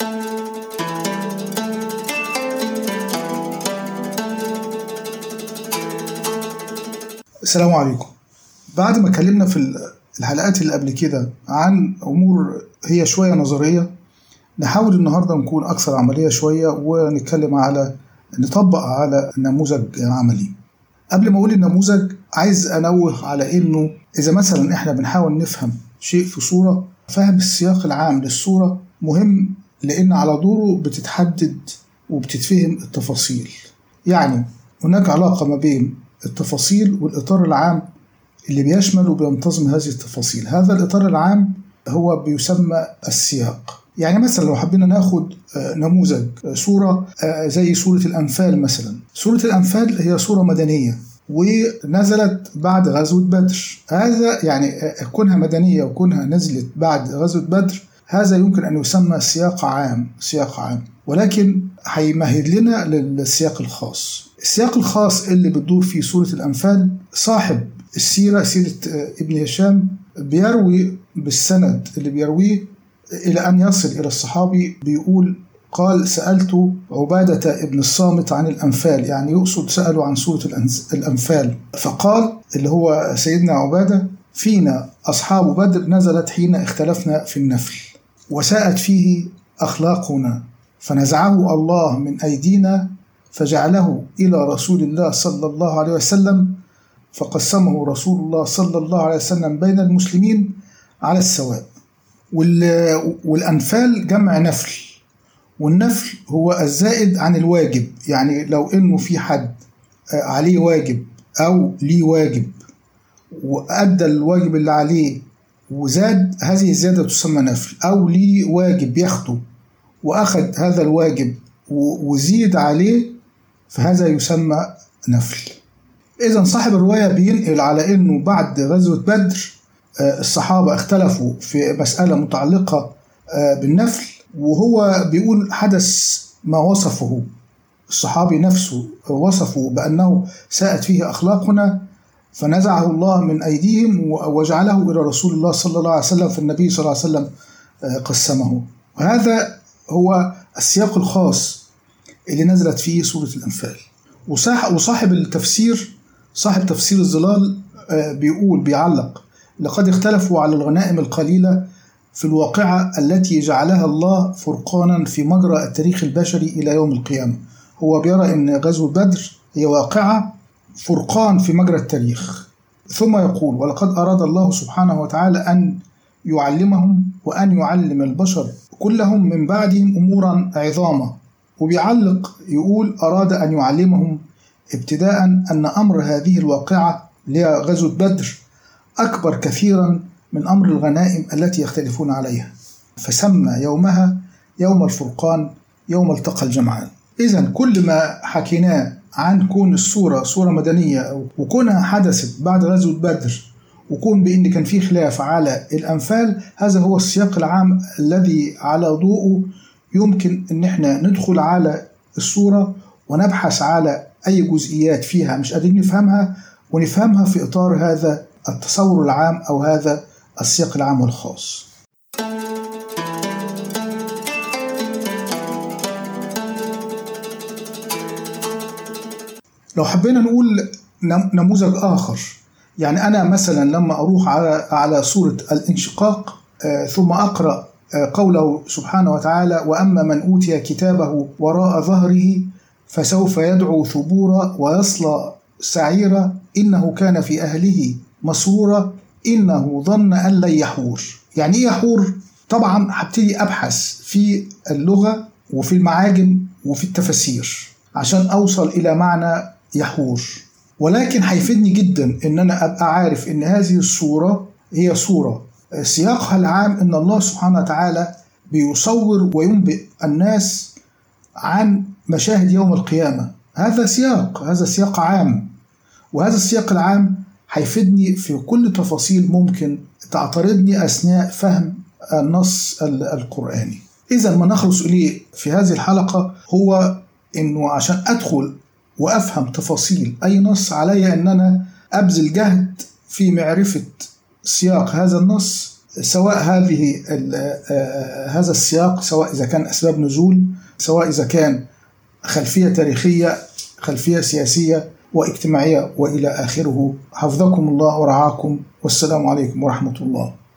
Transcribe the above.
السلام عليكم. بعد ما اتكلمنا في الحلقات اللي قبل كده عن أمور هي شوية نظرية، نحاول النهاردة نكون أكثر عملية شوية ونتكلم نطبق على نموذج عملي. قبل ما أقول النموذج عايز أنوه على إنه إذا مثلا إحنا بنحاول نفهم شيء في صورة، فهم السياق العام للصورة مهم، لأن على دوره بتتحدد وبتتفهم التفاصيل. يعني هناك علاقة ما بين التفاصيل والإطار العام اللي بيشمل وبينتظم هذه التفاصيل. هذا الإطار العام هو بيسمى السياق. يعني مثلا لو حبينا ناخد نموذج صورة زي سورة الأنفال مثلا. سورة الأنفال هي سورة مدنية ونزلت بعد غزوة بدر. هذا يعني كونها مدنية وكونها نزلت بعد غزوة بدر، هذا يمكن أن يسمى سياق عام. ولكن هيمهد لنا للسياق الخاص. السياق الخاص اللي بتدور فيه سورة الأنفال، صاحب السيرة سيرة ابن هشام بيروي بالسند اللي بيرويه إلى أن يصل إلى الصحابي، بيقول قال: سألت عبادة ابن الصامت عن الأنفال، يعني يقصد سأله عن سورة الأنفال، فقال اللي هو سيدنا عبادة: فينا أصحاب بدر نزلت حين اختلفنا في النفل، وساءت فيه أخلاقنا، فنزعه الله من أيدينا فجعله إلى رسول الله صلى الله عليه وسلم، فقسمه رسول الله صلى الله عليه وسلم بين المسلمين على السواء. والأنفال جمع نفل، والنفل هو الزائد عن الواجب. يعني لو إنه في حد عليه واجب أو ليه واجب وأدى الواجب اللي عليه وزاد، هذه الزيادة تسمى نفل. أو ليه واجب ياخده وأخذ هذا الواجب وزيد عليه، فهذا يسمى نفل. إذن صاحب الرواية بينقل على إنه بعد غزوة بدر الصحابة اختلفوا في مسألة متعلقة بالنفل، وهو بيقول حدث ما وصفه الصحابي نفسه، وصفه بأنه ساءت فيه أخلاقنا، فنزعه الله من أيديهم وجعله إلى رسول الله صلى الله عليه وسلم، فالنبي صلى الله عليه وسلم قسمه. وهذا هو السياق الخاص اللي نزلت فيه سورة الأنفال. وصاحب التفسير، صاحب تفسير الظلال، بيعلق: لقد اختلفوا على الغنائم القليلة في الواقعة التي جعلها الله فرقانا في مجرى التاريخ البشري إلى يوم القيامة. هو بيرى أن غزوة بدر هي واقعة فرقان في مجرى التاريخ. ثم يقول: ولقد أراد الله سبحانه وتعالى أن يعلمهم وأن يعلم البشر كلهم من بعدهم أمورا عظامة. وبيعلق يقول: أراد أن يعلمهم ابتداء أن أمر هذه الواقعة لغزوة بدر أكبر كثيرا من أمر الغنائم التي يختلفون عليها، فسمى يومها يوم الفرقان، يوم التقى الجمعان. إذن كل ما حكيناه عن كون السورة سورة مدنية وكونها حدثت بعد غزوة بدر وكون بأن كان في خلاف على الأنفال، هذا هو السياق العام الذي على ضوءه يمكن أن احنا ندخل على السورة ونبحث على أي جزئيات فيها مش قادرين نفهمها، ونفهمها في إطار هذا التصور العام أو هذا السياق العام والخاص. لو حبينا نقول نموذج آخر، يعني أنا مثلا لما أروح على سورة الانشقاق ثم أقرأ قوله سبحانه وتعالى: وأما من أوتي كتابه وراء ظهره فسوف يدعو ثبورا ويصلى سعيرا إنه كان في أهله مسرورا إنه ظن أن لن يحور. يعني إيه يحور؟ طبعا هبتدي أبحث في اللغة وفي المعاجم وفي التفاسير عشان أوصل إلى معنى يحور، ولكن هيفيدني جدا إن أنا أبقى عارف إن هذه الصورة هي صورة سياقها العام إن الله سبحانه وتعالى بيصور وينبئ الناس عن مشاهد يوم القيامة. هذا سياق عام، وهذا السياق العام هيفيدني في كل تفاصيل ممكن تعترضني أثناء فهم النص القرآني. إذا ما نخلص إليه في هذه الحلقة هو إنه عشان أدخل وأفهم تفاصيل أي نص علي أن أنا أبذل جهد في معرفة سياق هذا النص سواء هذا السياق، سواء إذا كان أسباب نزول، سواء إذا كان خلفية تاريخية، خلفية سياسية واجتماعية وإلى آخره. حفظكم الله ورعاكم، والسلام عليكم ورحمة الله.